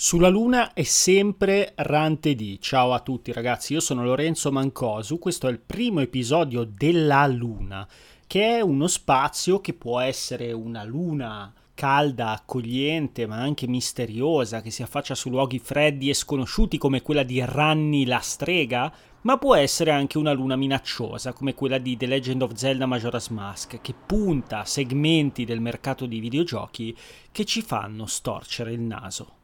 Sulla Luna è sempre Rante D. Ciao a tutti ragazzi, io sono Lorenzo Mancosu, questo è il primo episodio della Luna, che è uno spazio che può essere una luna calda, accogliente, ma anche misteriosa, che si affaccia su luoghi freddi e sconosciuti come quella di Ranni la strega, ma può essere anche una luna minacciosa come quella di The Legend of Zelda Majora's Mask, che punta a segmenti del mercato di videogiochi che ci fanno storcere il naso.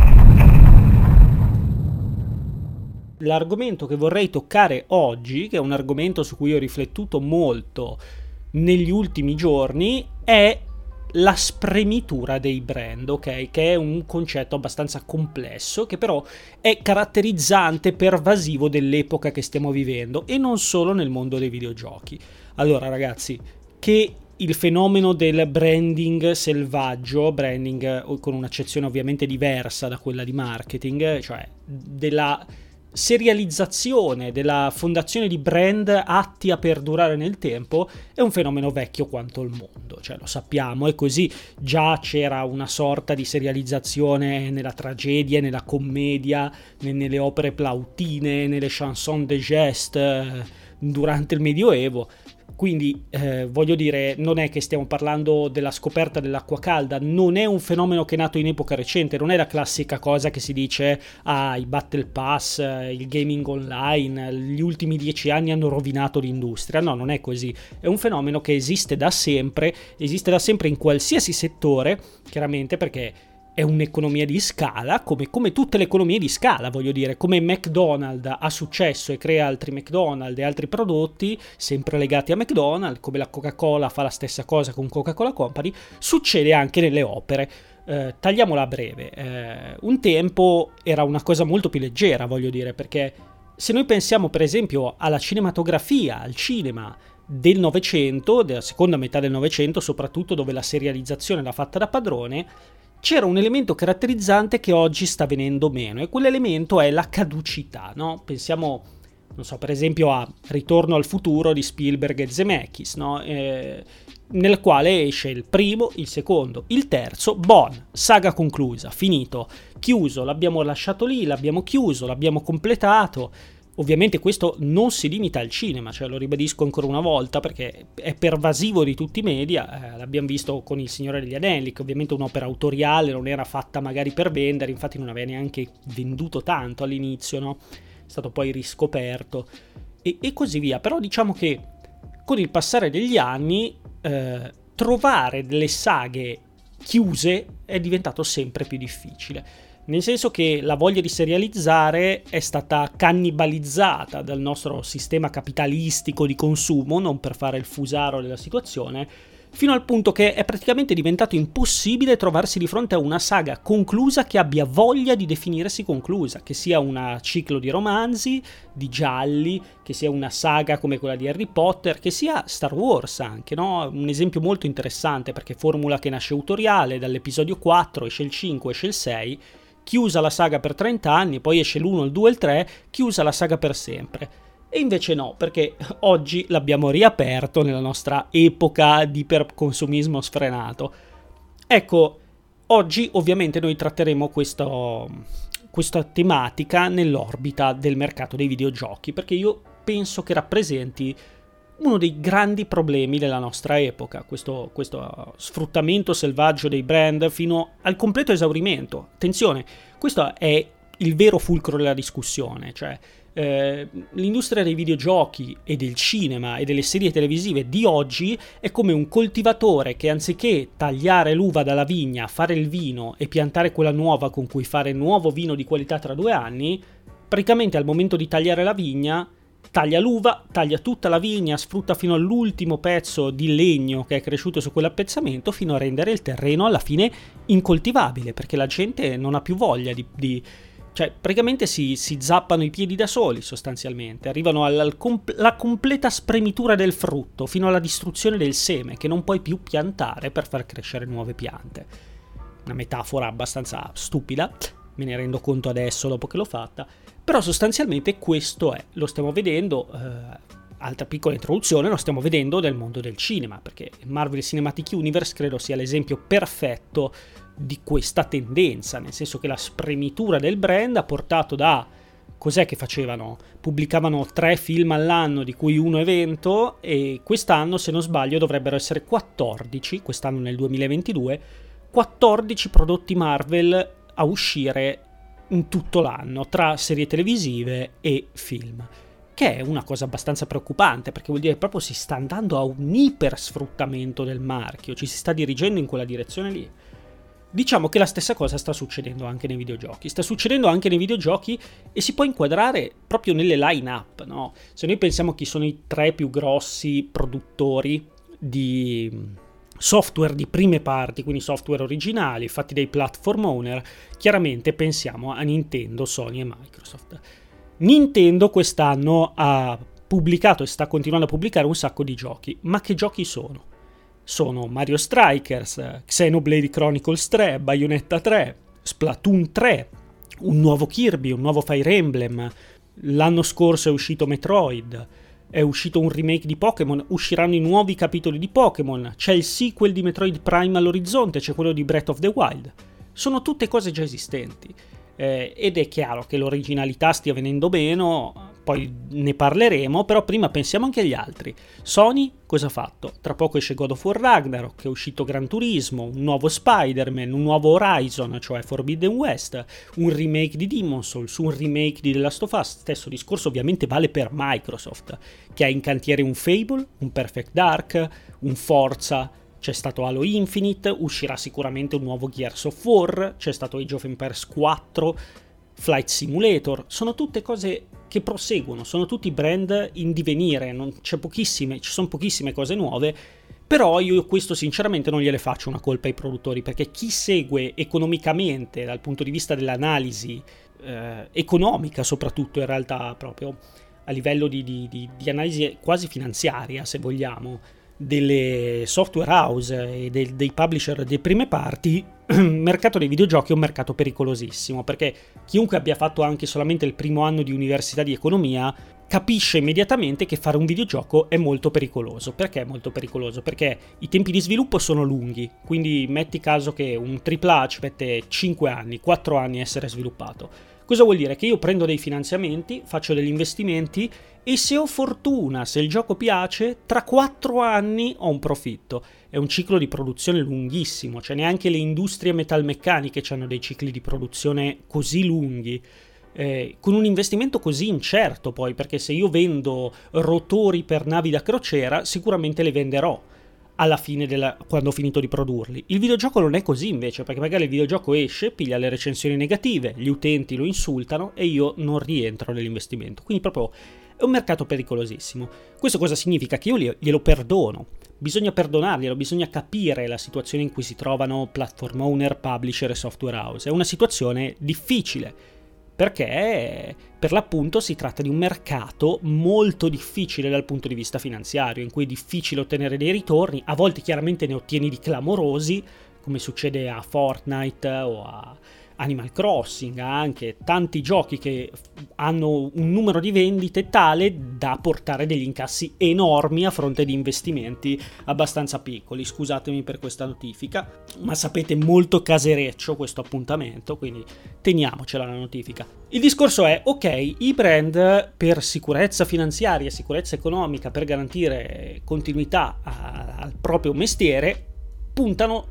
L'argomento che vorrei toccare oggi, che è un argomento su cui ho riflettuto molto negli ultimi giorni, è la spremitura dei brand, ok? Che è un concetto abbastanza complesso, che però è caratterizzante, pervasivo dell'epoca che stiamo vivendo, e non solo nel mondo dei videogiochi. Allora ragazzi, che il fenomeno del branding selvaggio, branding con un'accezione ovviamente diversa da quella di marketing, cioè della serializzazione, della fondazione di brand atti a perdurare nel tempo, è un fenomeno vecchio quanto il mondo, cioè lo sappiamo, è così. Già c'era una sorta di serializzazione nella tragedia, nella commedia, nelle opere plautine, nelle chanson de geste durante il Medioevo. Quindi voglio dire, non è che stiamo parlando della scoperta dell'acqua calda, non è un fenomeno che è nato in epoca recente, non è la classica cosa che si dice i battle pass, il gaming online, gli ultimi 10 anni hanno rovinato l'industria. No, non è così, è un fenomeno che esiste da sempre in qualsiasi settore, chiaramente perché è un'economia di scala, come tutte le economie di scala, voglio dire, come McDonald's ha successo e crea altri McDonald's e altri prodotti sempre legati a McDonald's, come la Coca-Cola fa la stessa cosa con Coca-Cola Company, succede anche nelle opere. Tagliamola a breve. Un tempo era una cosa molto più leggera, voglio dire, perché se noi pensiamo per esempio alla cinematografia, al cinema del Novecento, della seconda metà del Novecento, soprattutto dove la serializzazione era fatta da padrone, c'era un elemento caratterizzante che oggi sta venendo meno, e quell'elemento è la caducità, no? Pensiamo, non so, per esempio a Ritorno al futuro di Spielberg e Zemeckis, no? Nel quale esce il primo, il secondo, il terzo, saga conclusa, finito, chiuso, l'abbiamo lasciato lì, l'abbiamo chiuso, l'abbiamo completato. Ovviamente questo non si limita al cinema, cioè lo ribadisco ancora una volta perché è pervasivo di tutti i media, l'abbiamo visto con Il Signore degli Anelli, che ovviamente è un'opera autoriale, non era fatta magari per vendere, infatti non aveva neanche venduto tanto all'inizio, no? È stato poi riscoperto e così via. Però diciamo che con il passare degli anni trovare delle saghe chiuse è diventato sempre più difficile. Nel senso che la voglia di serializzare è stata cannibalizzata dal nostro sistema capitalistico di consumo, non per fare il fusaro della situazione, fino al punto che è praticamente diventato impossibile trovarsi di fronte a una saga conclusa che abbia voglia di definirsi conclusa, che sia un ciclo di romanzi, di gialli, che sia una saga come quella di Harry Potter, che sia Star Wars anche, no? Un esempio molto interessante, perché formula che nasce autoriale, dall'episodio 4 esce il 5, esce il 6, chiusa la saga per 30 anni, poi esce l'1, il 2 e il 3, chiusa la saga per sempre. E invece no, perché oggi l'abbiamo riaperto nella nostra epoca di iperconsumismo sfrenato. Ecco, oggi ovviamente noi tratteremo questa tematica nell'orbita del mercato dei videogiochi, perché io penso che rappresenti uno dei grandi problemi della nostra epoca, questo sfruttamento selvaggio dei brand fino al completo esaurimento. Attenzione, questo è il vero fulcro della discussione, cioè l'industria dei videogiochi e del cinema e delle serie televisive di oggi è come un coltivatore che, anziché tagliare l'uva dalla vigna, fare il vino e piantare quella nuova con cui fare nuovo vino di qualità tra 2 anni, praticamente al momento di tagliare la vigna taglia l'uva, taglia tutta la vigna, sfrutta fino all'ultimo pezzo di legno che è cresciuto su quell'appezzamento, fino a rendere il terreno alla fine incoltivabile, perché la gente non ha più voglia cioè praticamente si zappano i piedi da soli sostanzialmente, arrivano alla completa spremitura del frutto, fino alla distruzione del seme che non puoi più piantare per far crescere nuove piante. Una metafora abbastanza stupida, me ne rendo conto adesso dopo che l'ho fatta, però sostanzialmente questo è, lo stiamo vedendo altra piccola introduzione, lo stiamo vedendo nel mondo del cinema, perché Marvel Cinematic Universe credo sia l'esempio perfetto di questa tendenza, nel senso che la spremitura del brand ha portato da... Cos'è che facevano? Pubblicavano 3 film all'anno, di cui uno evento, e quest'anno, se non sbaglio, dovrebbero essere 14, quest'anno nel 2022, 14 prodotti Marvel a uscire in tutto l'anno, tra serie televisive e film. Che è una cosa abbastanza preoccupante, perché vuol dire che proprio si sta andando a un ipersfruttamento del marchio, ci si sta dirigendo in quella direzione lì. Diciamo che la stessa cosa sta succedendo anche nei videogiochi. Sta succedendo anche nei videogiochi e si può inquadrare proprio nelle line-up, no? Se noi pensiamo a chi sono i 3 più grossi produttori di software di prime parti, quindi software originali fatti dai platform owner, chiaramente pensiamo a Nintendo, Sony e Microsoft. Nintendo quest'anno ha pubblicato e sta continuando a pubblicare un sacco di giochi, ma che giochi sono? Sono Mario Strikers, Xenoblade Chronicles 3, Bayonetta 3, Splatoon 3, un nuovo Kirby, un nuovo Fire Emblem, l'anno scorso è uscito Metroid, è uscito un remake di Pokémon, usciranno i nuovi capitoli di Pokémon, c'è il sequel di Metroid Prime all'orizzonte, c'è quello di Breath of the Wild. Sono tutte cose già esistenti. Ed è chiaro che l'originalità stia venendo meno, poi ne parleremo, però prima pensiamo anche agli altri. Sony cosa ha fatto? Tra poco esce God of War Ragnarok, è uscito Gran Turismo, un nuovo Spider-Man, un nuovo Horizon, cioè Forbidden West, un remake di Demon's Souls, un remake di The Last of Us. Stesso discorso ovviamente vale per Microsoft, che ha in cantiere un Fable, un Perfect Dark, un Forza. C'è stato Halo Infinite, uscirà sicuramente un nuovo Gears of War, c'è stato Age of Empires 4, Flight Simulator, sono tutte cose che proseguono, sono tutti brand in divenire, ci sono pochissime cose nuove, però io questo sinceramente non gliele faccio una colpa ai produttori, perché chi segue economicamente, dal punto di vista dell'analisi economica soprattutto in realtà, proprio a livello di analisi quasi finanziaria se vogliamo, delle software house e dei publisher delle prime parti, il mercato dei videogiochi è un mercato pericolosissimo, perché chiunque abbia fatto anche solamente il primo anno di università di economia capisce immediatamente che fare un videogioco è molto pericoloso. Perché è molto pericoloso? Perché i tempi di sviluppo sono lunghi, quindi metti caso che un AAA ci mette 5 anni, 4 anni a essere sviluppato. Cosa vuol dire? Che io prendo dei finanziamenti, faccio degli investimenti e se ho fortuna, se il gioco piace, tra 4 anni ho un profitto. È un ciclo di produzione lunghissimo, cioè neanche le industrie metalmeccaniche hanno dei cicli di produzione così lunghi. Con un investimento così incerto poi, perché se io vendo rotori per navi da crociera, sicuramente le venderò alla fine quando ho finito di produrli. Il videogioco non è così invece, perché magari il videogioco esce, piglia le recensioni negative, gli utenti lo insultano e io non rientro nell'investimento. Quindi proprio è un mercato pericolosissimo. Questo cosa significa? Che io glielo perdono. Bisogna perdonarglielo, bisogna capire la situazione in cui si trovano platform owner, publisher e software house. È una situazione difficile, perché per l'appunto si tratta di un mercato molto difficile dal punto di vista finanziario, in cui è difficile ottenere dei ritorni, a volte chiaramente ne ottieni di clamorosi, come succede a Fortnite o a Animal Crossing, anche tanti giochi che hanno un numero di vendite tale da portare degli incassi enormi a fronte di investimenti abbastanza piccoli. Scusatemi per questa notifica, ma sapete, molto casereccio questo appuntamento, quindi teniamocela la notifica. Il discorso è, ok, i brand per sicurezza finanziaria, sicurezza economica, per garantire continuità al proprio mestiere, puntano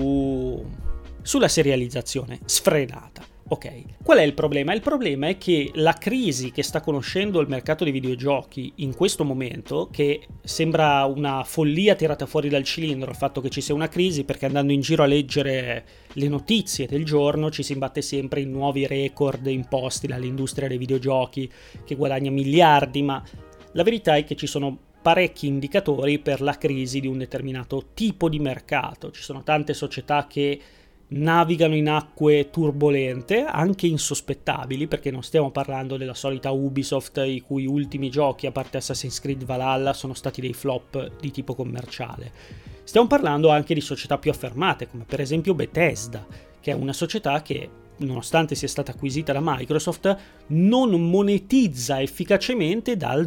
sulla serializzazione sfrenata. Ok, qual è il problema? Il problema è che la crisi che sta conoscendo il mercato dei videogiochi in questo momento, che sembra una follia tirata fuori dal cilindro il fatto che ci sia una crisi, perché andando in giro a leggere le notizie del giorno ci si imbatte sempre in nuovi record imposti dall'industria dei videogiochi che guadagna miliardi, ma la verità è che ci sono parecchi indicatori per la crisi di un determinato tipo di mercato. Ci sono tante società che navigano in acque turbolente, anche insospettabili, perché non stiamo parlando della solita Ubisoft, i cui ultimi giochi, a parte Assassin's Creed Valhalla, sono stati dei flop di tipo commerciale. Stiamo parlando anche di società più affermate, come per esempio Bethesda, che è una società che nonostante sia stata acquisita da Microsoft, non monetizza efficacemente dal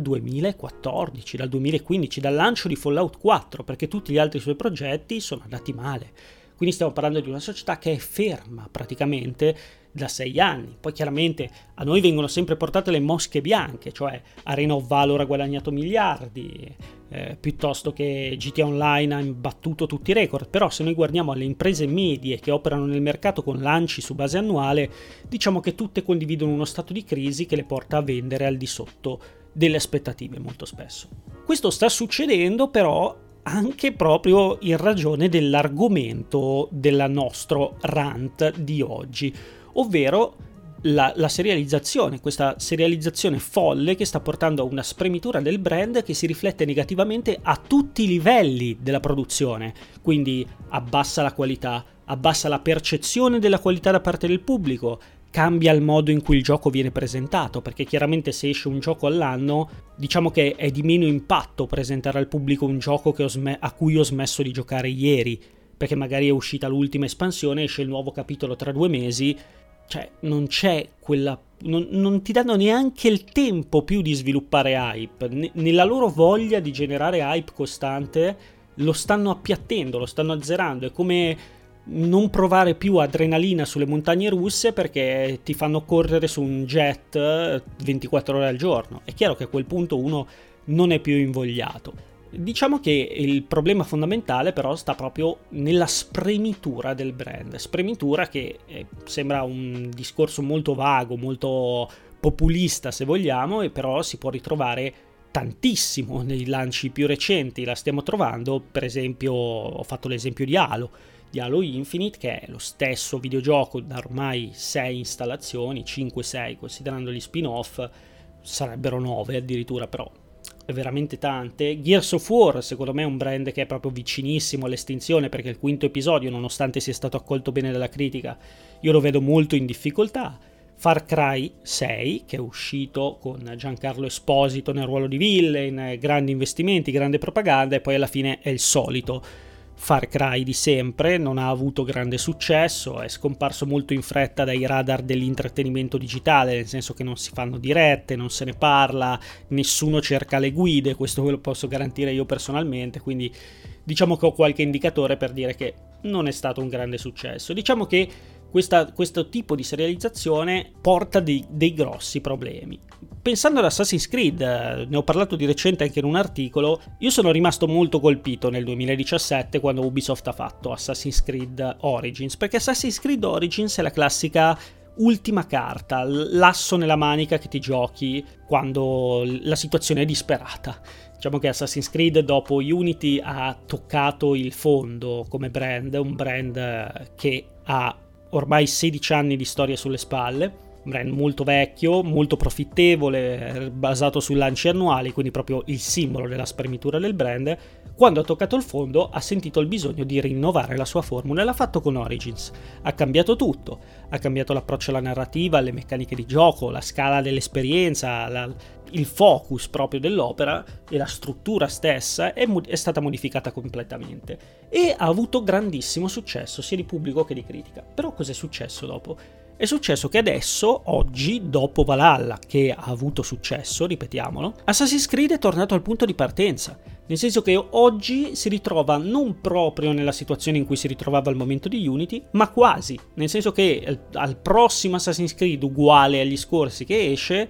2014, dal 2015, dal lancio di Fallout 4, perché tutti gli altri suoi progetti sono andati male. Quindi stiamo parlando di una società che è ferma praticamente da 6 anni. Poi chiaramente a noi vengono sempre portate le mosche bianche, cioè Arena of Valor ha guadagnato miliardi, piuttosto che GTA Online ha imbattuto tutti i record. Però se noi guardiamo alle imprese medie che operano nel mercato con lanci su base annuale, diciamo che tutte condividono uno stato di crisi che le porta a vendere al di sotto delle aspettative molto spesso. Questo sta succedendo però anche proprio in ragione dell'argomento del nostro rant di oggi, ovvero la serializzazione, questa serializzazione folle che sta portando a una spremitura del brand che si riflette negativamente a tutti i livelli della produzione, quindi abbassa la qualità, abbassa la percezione della qualità da parte del pubblico, cambia il modo in cui il gioco viene presentato, perché chiaramente se esce un gioco all'anno, diciamo che è di meno impatto presentare al pubblico un gioco che a cui ho smesso di giocare ieri, perché magari è uscita l'ultima espansione, esce il nuovo capitolo tra 2 mesi, cioè non c'è quella... Non ti danno neanche il tempo più di sviluppare hype, nella loro voglia di generare hype costante lo stanno appiattendo, lo stanno azzerando, è come non provare più adrenalina sulle montagne russe perché ti fanno correre su un jet 24 ore al giorno. È chiaro che a quel punto uno non è più invogliato. Diciamo che il problema fondamentale però sta proprio nella spremitura del brand, spremitura che sembra un discorso molto vago, molto populista se vogliamo, e però si può ritrovare tantissimo nei lanci più recenti. La stiamo trovando, per esempio, ho fatto l'esempio di Halo Infinite, che è lo stesso videogioco da ormai 6 installazioni, 5-6 considerando gli spin-off, sarebbero 9 addirittura, però è veramente tante. Gears of War secondo me è un brand che è proprio vicinissimo all'estinzione, perché il 5º episodio, nonostante sia stato accolto bene dalla critica, io lo vedo molto in difficoltà. Far Cry 6, che è uscito con Giancarlo Esposito nel ruolo di villain, grandi investimenti, grande propaganda, e poi alla fine è il solito Far Cry di sempre, non ha avuto grande successo, è scomparso molto in fretta dai radar dell'intrattenimento digitale, nel senso che non si fanno dirette, non se ne parla, nessuno cerca le guide, questo ve lo posso garantire io personalmente, quindi diciamo che ho qualche indicatore per dire che non è stato un grande successo. Diciamo che questo tipo di serializzazione porta dei grossi problemi. Pensando ad Assassin's Creed, ne ho parlato di recente anche in un articolo, io sono rimasto molto colpito nel 2017 quando Ubisoft ha fatto Assassin's Creed Origins, perché Assassin's Creed Origins è la classica ultima carta, l'asso nella manica che ti giochi quando la situazione è disperata. Diciamo che Assassin's Creed dopo Unity ha toccato il fondo come brand, un brand che ha ormai 16 anni di storia sulle spalle, un brand molto vecchio, molto profittevole, basato su lanci annuali, quindi proprio il simbolo della spremitura del brand. Quando ha toccato il fondo ha sentito il bisogno di rinnovare la sua formula e l'ha fatto con Origins. Ha cambiato tutto, ha cambiato l'approccio alla narrativa, alle meccaniche di gioco, la scala dell'esperienza, il focus proprio dell'opera, e la struttura stessa è stata modificata completamente e ha avuto grandissimo successo sia di pubblico che di critica. Però cos'è successo dopo? È successo che adesso, oggi, dopo Valhalla, che ha avuto successo, ripetiamolo, Assassin's Creed è tornato al punto di partenza, nel senso che oggi si ritrova non proprio nella situazione in cui si ritrovava al momento di Unity, ma quasi, nel senso che al prossimo Assassin's Creed uguale agli scorsi che esce,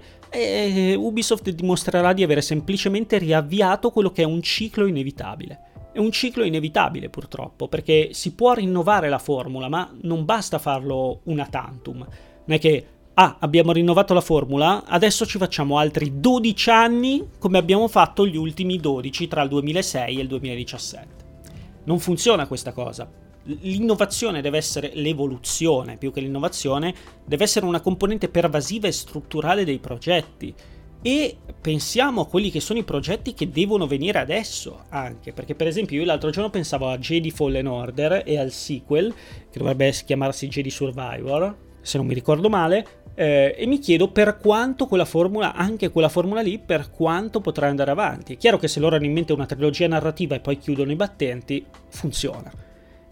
Ubisoft dimostrerà di avere semplicemente riavviato quello che è un ciclo inevitabile. È un ciclo inevitabile purtroppo, perché si può rinnovare la formula, ma non basta farlo una tantum. Non è che, abbiamo rinnovato la formula, adesso ci facciamo altri 12 anni come abbiamo fatto gli ultimi 12 tra il 2006 e il 2017. Non funziona questa cosa. L'innovazione deve essere l'evoluzione, più che l'innovazione, deve essere una componente pervasiva e strutturale dei progetti. E pensiamo a quelli che sono i progetti che devono venire adesso anche, perché per esempio io l'altro giorno pensavo a Jedi Fallen Order e al sequel, che dovrebbe chiamarsi Jedi Survivor, se non mi ricordo male, e mi chiedo per quanto quella formula, anche quella formula lì, per quanto potrà andare avanti. È chiaro che se loro hanno in mente una trilogia narrativa e poi chiudono i battenti, funziona.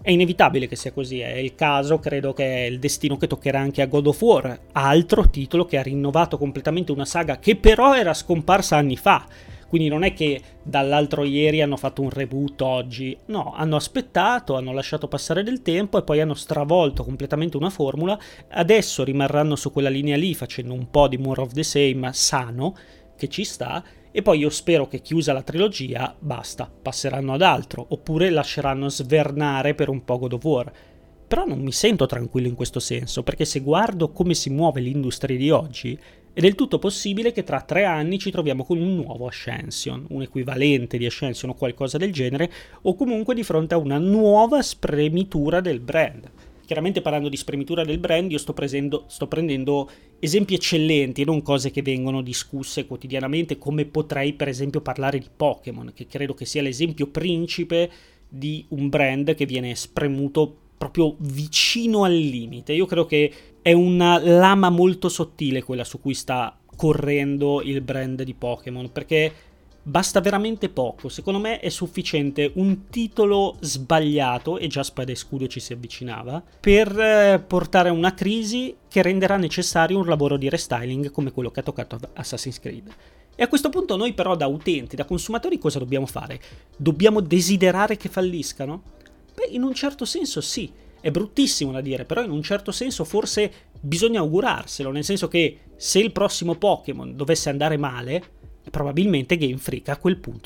È inevitabile che sia così, è il caso, credo che è il destino che toccherà anche a God of War, altro titolo che ha rinnovato completamente una saga che però era scomparsa anni fa. Quindi non è che dall'altro ieri hanno fatto un reboot oggi, no, hanno aspettato, hanno lasciato passare del tempo e poi hanno stravolto completamente una formula, adesso rimarranno su quella linea lì facendo un po' di more of the same sano, che ci sta, e poi io spero che chiusa la trilogia, basta, passeranno ad altro, oppure lasceranno svernare per un po' God of War. Però non mi sento tranquillo in questo senso, perché se guardo come si muove l'industria di oggi, è del tutto possibile che tra 3 anni ci troviamo con un nuovo Ascension, un equivalente di Ascension o qualcosa del genere, o comunque di fronte a una nuova spremitura del brand. Chiaramente parlando di spremitura del brand io sto prendendo esempi eccellenti e non cose che vengono discusse quotidianamente, come potrei per esempio parlare di Pokémon, che credo che sia l'esempio principe di un brand che viene spremuto proprio vicino al limite. Io credo che è una lama molto sottile quella su cui sta correndo il brand di Pokémon, perché basta veramente poco. Secondo me è sufficiente un titolo sbagliato, e già Spada e Scudo ci si avvicinava, per portare a una crisi che renderà necessario un lavoro di restyling come quello che ha toccato Assassin's Creed. E a questo punto noi però da utenti, da consumatori cosa dobbiamo fare? Dobbiamo desiderare che falliscano? Beh, in un certo senso sì, è bruttissimo da dire, però in un certo senso forse bisogna augurarselo, nel senso che se il prossimo Pokémon dovesse andare male, probabilmente Game Freak a quel punto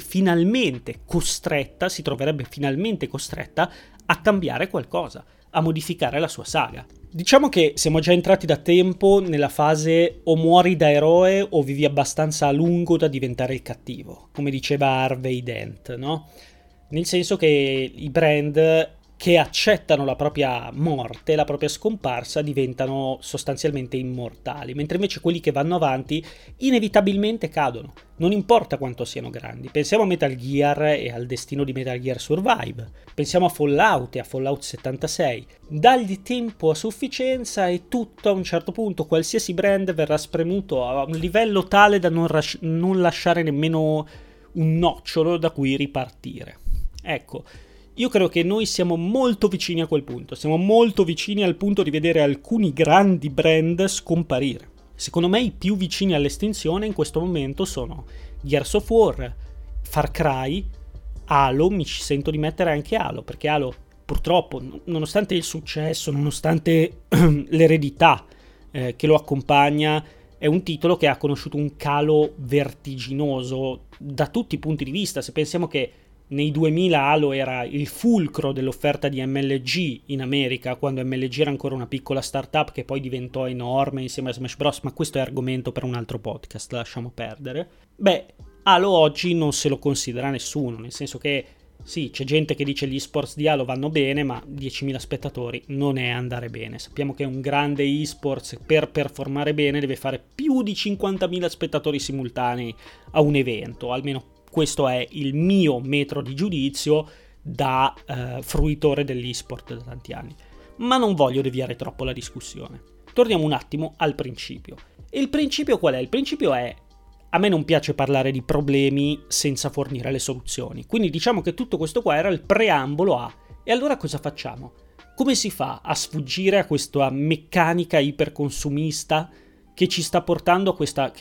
si troverebbe finalmente costretta a cambiare qualcosa, a modificare la sua saga. Diciamo che siamo già entrati da tempo nella fase o muori da eroe o vivi abbastanza a lungo da diventare il cattivo, come diceva Harvey Dent, no? Nel senso che i brand che accettano la propria morte, la propria scomparsa, diventano sostanzialmente immortali, mentre invece quelli che vanno avanti inevitabilmente cadono, non importa quanto siano grandi. Pensiamo a Metal Gear e al destino di Metal Gear Survive, pensiamo a Fallout e a Fallout 76. Dagli tempo a sufficienza e tutto a un certo punto, qualsiasi brand verrà spremuto a un livello tale da non lasciare nemmeno un nocciolo da cui ripartire. Ecco, io credo che noi siamo molto vicini a quel punto, siamo molto vicini al punto di vedere alcuni grandi brand scomparire. Secondo me i più vicini all'estinzione in questo momento sono Gears of War, Far Cry, Halo, mi ci sento di mettere anche Halo, perché Halo purtroppo, nonostante il successo, nonostante l'eredità che lo accompagna, è un titolo che ha conosciuto un calo vertiginoso da tutti i punti di vista. Se pensiamo che nei 2000 Halo era il fulcro dell'offerta di MLG in America, quando MLG era ancora una piccola startup che poi diventò enorme insieme a Smash Bros, ma questo è argomento per un altro podcast, lasciamo perdere. Beh, Halo oggi non se lo considera nessuno, nel senso che sì, c'è gente che dice gli esports di Halo vanno bene, ma 10.000 spettatori non è andare bene. Sappiamo che un grande esports per performare bene deve fare più di 50.000 spettatori simultanei a un evento, almeno questo è il mio metro di giudizio da fruitore dell'esport da tanti anni. Ma non voglio deviare troppo la discussione. Torniamo un attimo al principio. E il principio qual è? Il principio è: a me non piace parlare di problemi senza fornire le soluzioni. Quindi diciamo che tutto questo qua era il preambolo a: e allora cosa facciamo? Come si fa a sfuggire a questa meccanica iperconsumista che sta portando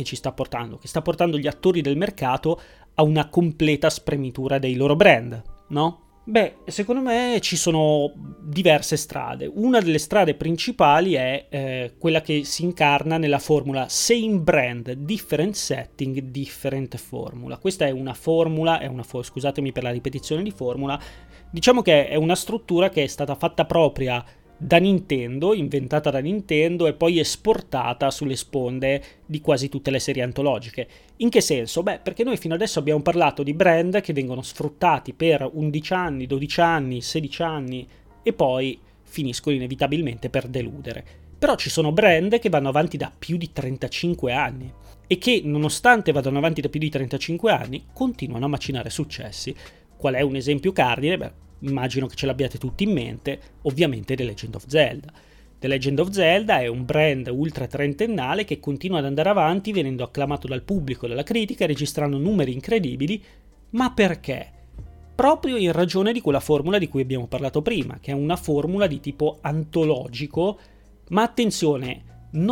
gli attori del mercato a una completa spremitura dei loro brand, no? Beh, secondo me ci sono diverse strade. Una delle strade principali è quella che si incarna nella formula same brand, different setting, different formula. Questa è una formula, scusatemi per la ripetizione di formula, diciamo che è una struttura che è stata fatta propria da Nintendo, inventata da Nintendo e poi esportata sulle sponde di quasi tutte le serie antologiche. In che senso? Beh, perché noi fino adesso abbiamo parlato di brand che vengono sfruttati per 11 anni, 12 anni, 16 anni e poi finiscono inevitabilmente per deludere. Però ci sono brand che vanno avanti da più di 35 anni e che, nonostante vadano avanti da più di 35 anni, continuano a macinare successi. Qual è un esempio cardine? Beh, immagino che ce l'abbiate tutti in mente, ovviamente The Legend of Zelda. The Legend of Zelda è un brand ultra trentennale che continua ad andare avanti venendo acclamato dal pubblico e dalla critica, registrando numeri incredibili. Ma perché? proprio in ragione di quella formula di cui abbiamo parlato prima, che è una formula di tipo antologico, ma attenzione,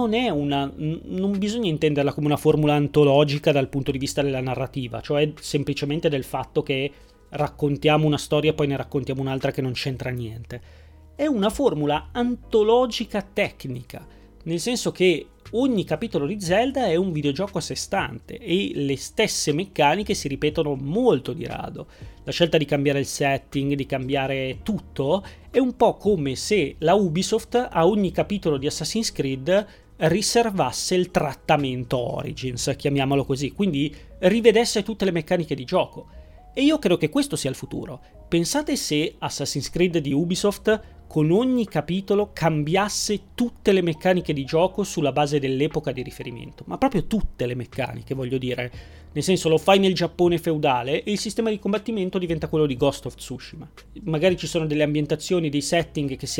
non bisogna intenderla come una formula antologica dal punto di vista della narrativa, cioè semplicemente del fatto che raccontiamo una storia e poi ne raccontiamo un'altra che non c'entra niente. È una formula antologica tecnica, nel senso che ogni capitolo di Zelda è un videogioco a sé stante e le stesse meccaniche si ripetono molto di rado. La scelta di cambiare il setting, di cambiare tutto, è un po' come se la Ubisoft a ogni capitolo di Assassin's Creed riservasse il trattamento Origins, chiamiamolo così, quindi rivedesse tutte le meccaniche di gioco. E io credo che questo sia il futuro. Pensate se Assassin's Creed di Ubisoft con ogni capitolo cambiasse tutte le meccaniche di gioco sulla base dell'epoca di riferimento, ma proprio tutte le meccaniche, voglio dire, nel senso lo fai nel Giappone feudale e il sistema di combattimento diventa quello di Ghost of Tsushima. Magari ci sono delle ambientazioni, dei setting che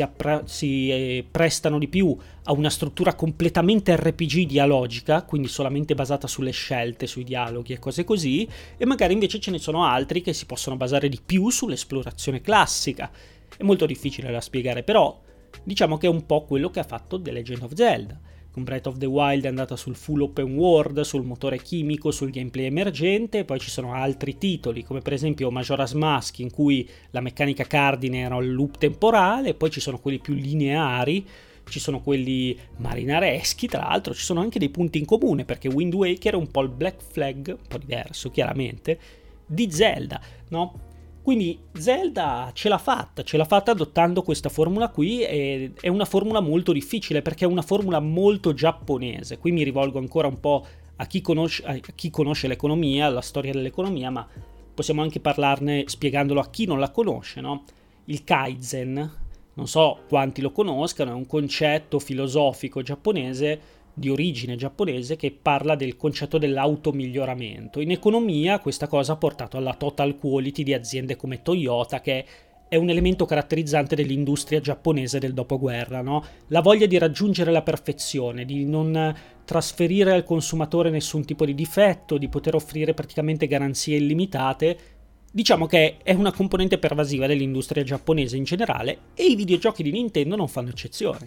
si prestano di più a una struttura completamente RPG dialogica, quindi solamente basata sulle scelte, sui dialoghi e cose così, e magari invece ce ne sono altri che si possono basare di più sull'esplorazione classica. È molto difficile da spiegare, però diciamo che è un po' quello che ha fatto The Legend of Zelda. Con Breath of the Wild è andata sul full open world, sul motore chimico, sul gameplay emergente, poi ci sono altri titoli come per esempio Majora's Mask in cui la meccanica cardine era il loop temporale, poi ci sono quelli più lineari, ci sono quelli marinareschi, tra l'altro ci sono anche dei punti in comune perché Wind Waker è un po' il Black Flag, un po' diverso chiaramente, di Zelda, no? Quindi Zelda ce l'ha fatta adottando questa formula qui e è una formula molto difficile perché è una formula molto giapponese. Qui mi rivolgo ancora un po' a chi conosce l'economia, la storia dell'economia, ma possiamo anche parlarne spiegandolo a chi non la conosce, no? Il Kaizen, non so quanti lo conoscano, è un concetto filosofico giapponese di origine giapponese che parla del concetto dell'automiglioramento. In economia questa cosa ha portato alla total quality di aziende come Toyota, che è un elemento caratterizzante dell'industria giapponese del dopoguerra, no? La voglia di raggiungere la perfezione, di non trasferire al consumatore nessun tipo di difetto, di poter offrire praticamente garanzie illimitate. Diciamo che è una componente pervasiva dell'industria giapponese in generale e i videogiochi di Nintendo non fanno eccezione.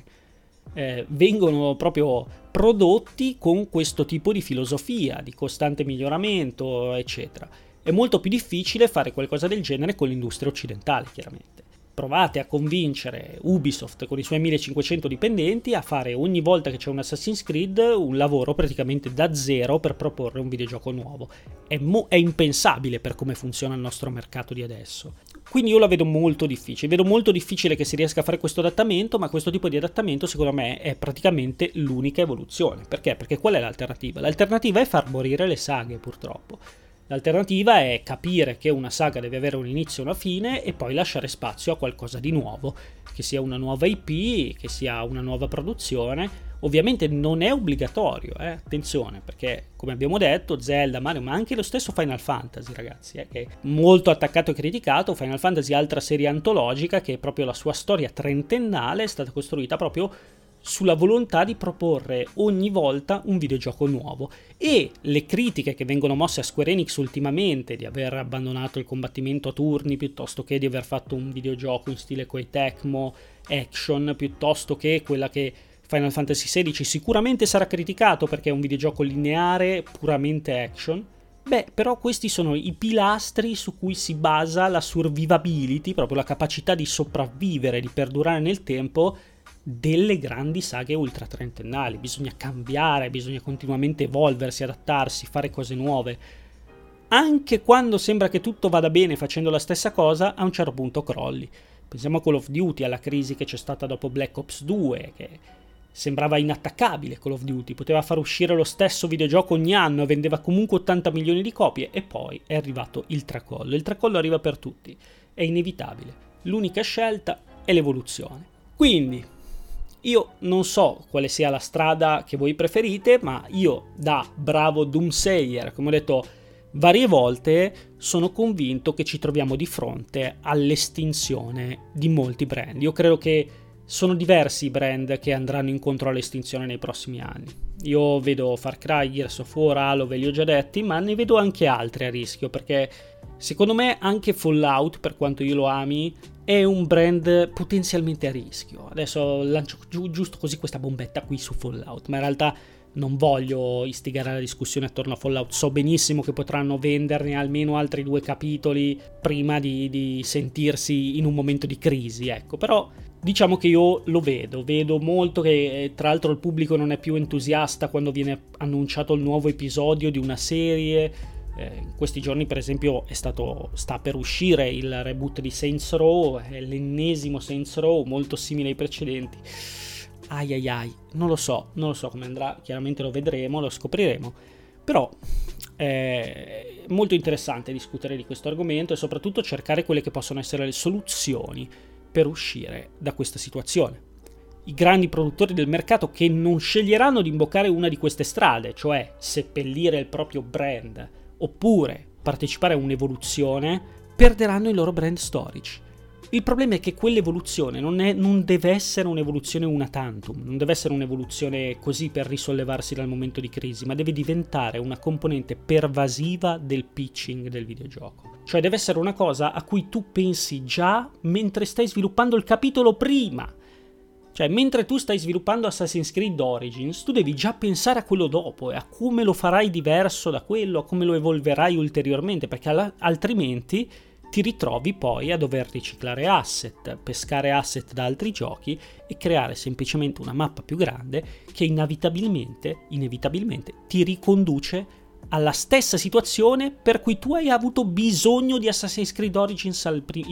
Vengono proprio prodotti con questo tipo di filosofia, di costante miglioramento, eccetera. È molto più difficile fare qualcosa del genere con l'industria occidentale, chiaramente. Provate a convincere Ubisoft con i suoi 1500 dipendenti a fare ogni volta che c'è un Assassin's Creed un lavoro praticamente da zero per proporre un videogioco nuovo. È impensabile per come funziona il nostro mercato di adesso. Quindi io la vedo molto difficile che si riesca a fare questo adattamento, ma questo tipo di adattamento secondo me è praticamente l'unica evoluzione. Perché? Perché qual è l'alternativa? L'alternativa è far morire le saghe, purtroppo. L'alternativa è capire che una saga deve avere un inizio e una fine e poi lasciare spazio a qualcosa di nuovo, che sia una nuova IP, che sia una nuova produzione. Ovviamente non è obbligatorio, attenzione, perché come abbiamo detto Zelda, Mario, ma anche lo stesso Final Fantasy, ragazzi, che è molto attaccato e criticato. Final Fantasy è altra serie antologica che proprio la sua storia trentennale è stata costruita proprio sulla volontà di proporre ogni volta un videogioco nuovo, e le critiche che vengono mosse a Square Enix ultimamente di aver abbandonato il combattimento a turni piuttosto che di aver fatto un videogioco in stile Koei Tecmo action, piuttosto che quella che Final Fantasy XVI sicuramente sarà criticato perché è un videogioco lineare puramente action. Beh, però questi sono i pilastri su cui si basa la survivability, proprio la capacità di sopravvivere, di perdurare nel tempo delle grandi saghe ultra trentennali. Bisogna cambiare, bisogna continuamente evolversi, adattarsi, fare cose nuove. Anche quando sembra che tutto vada bene facendo la stessa cosa, a un certo punto crolli. Pensiamo a Call of Duty, alla crisi che c'è stata dopo Black Ops 2, che sembrava inattaccabile. Call of Duty poteva far uscire lo stesso videogioco ogni anno e vendeva comunque 80 milioni di copie, e poi è arrivato il tracollo. Il tracollo arriva per tutti, è inevitabile. L'unica scelta è l'evoluzione. Quindi io non so quale sia la strada che voi preferite, ma io, da bravo doomsayer, come ho detto varie volte, sono convinto che ci troviamo di fronte all'estinzione di molti brand. Io credo che sono diversi i brand che andranno incontro all'estinzione nei prossimi anni. Io vedo Far Cry, Gears of War, Halo, ve li ho già detti, ma ne vedo anche altri a rischio, perché Secondo me anche Fallout, per quanto io lo ami, è un brand potenzialmente a rischio. Adesso lancio giusto così questa bombetta qui su Fallout, ma in realtà non voglio istigare la discussione attorno a Fallout. So benissimo che potranno venderne almeno altri 2 capitoli prima di sentirsi in un momento di crisi, ecco. Però diciamo che io lo vedo molto che tra l'altro il pubblico non è più entusiasta quando viene annunciato il nuovo episodio di una serie. In questi giorni per esempio sta per uscire il reboot di Saints Row, è l'ennesimo Saints Row molto simile ai precedenti. Non lo so come andrà, chiaramente lo vedremo, lo scopriremo, però è molto interessante discutere di questo argomento e soprattutto cercare quelle che possono essere le soluzioni per uscire da questa situazione. I grandi produttori del mercato che non sceglieranno di imboccare una di queste strade, cioè seppellire il proprio brand oppure partecipare a un'evoluzione, perderanno i loro brand storici. Il problema è che quell'evoluzione non deve essere un'evoluzione una tantum, non deve essere un'evoluzione così per risollevarsi dal momento di crisi, ma deve diventare una componente pervasiva del pitching del videogioco. Cioè deve essere una cosa a cui tu pensi già mentre stai sviluppando il capitolo prima. Cioè, mentre tu stai sviluppando Assassin's Creed Origins, tu devi già pensare a quello dopo e a come lo farai diverso da quello, a come lo evolverai ulteriormente, perché altrimenti ti ritrovi poi a dover riciclare asset, pescare asset da altri giochi e creare semplicemente una mappa più grande che inevitabilmente ti riconduce alla stessa situazione per cui tu hai avuto bisogno di Assassin's Creed Origins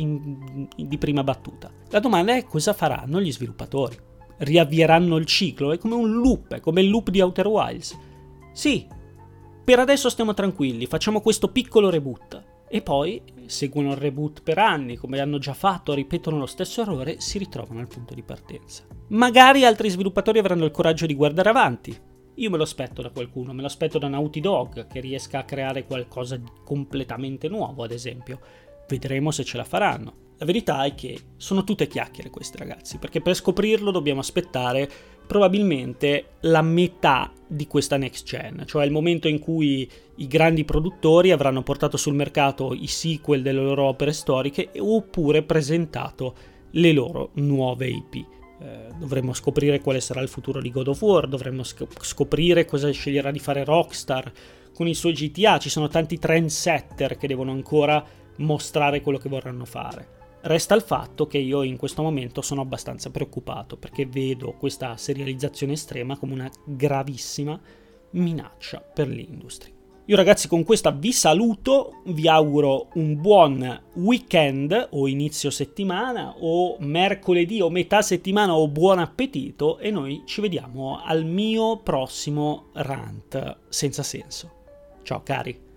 di prima battuta. La domanda è: cosa faranno gli sviluppatori? Riavvieranno il ciclo? È come un loop, è come il loop di Outer Wilds. Sì, per adesso stiamo tranquilli, facciamo questo piccolo reboot e poi seguono il reboot per anni, come hanno già fatto, ripetono lo stesso errore, si ritrovano al punto di partenza. Magari altri sviluppatori avranno il coraggio di guardare avanti. Io me lo aspetto da qualcuno, me lo aspetto da Naughty Dog, che riesca a creare qualcosa di completamente nuovo, ad esempio. Vedremo se ce la faranno. La verità è che sono tutte chiacchiere questi ragazzi, perché per scoprirlo dobbiamo aspettare probabilmente la metà di questa next gen, cioè il momento in cui i grandi produttori avranno portato sul mercato i sequel delle loro opere storiche oppure presentato le loro nuove IP. Dovremmo scoprire quale sarà il futuro di God of War, dovremmo scoprire cosa sceglierà di fare Rockstar con i suoi GTA. Ci sono tanti trendsetter che devono ancora mostrare quello che vorranno fare. Resta il fatto che io in questo momento sono abbastanza preoccupato perché vedo questa serializzazione estrema come una gravissima minaccia per l'industria. Io ragazzi con questa vi saluto, vi auguro un buon weekend o inizio settimana o mercoledì o metà settimana o buon appetito e noi ci vediamo al mio prossimo rant senza senso. Ciao cari!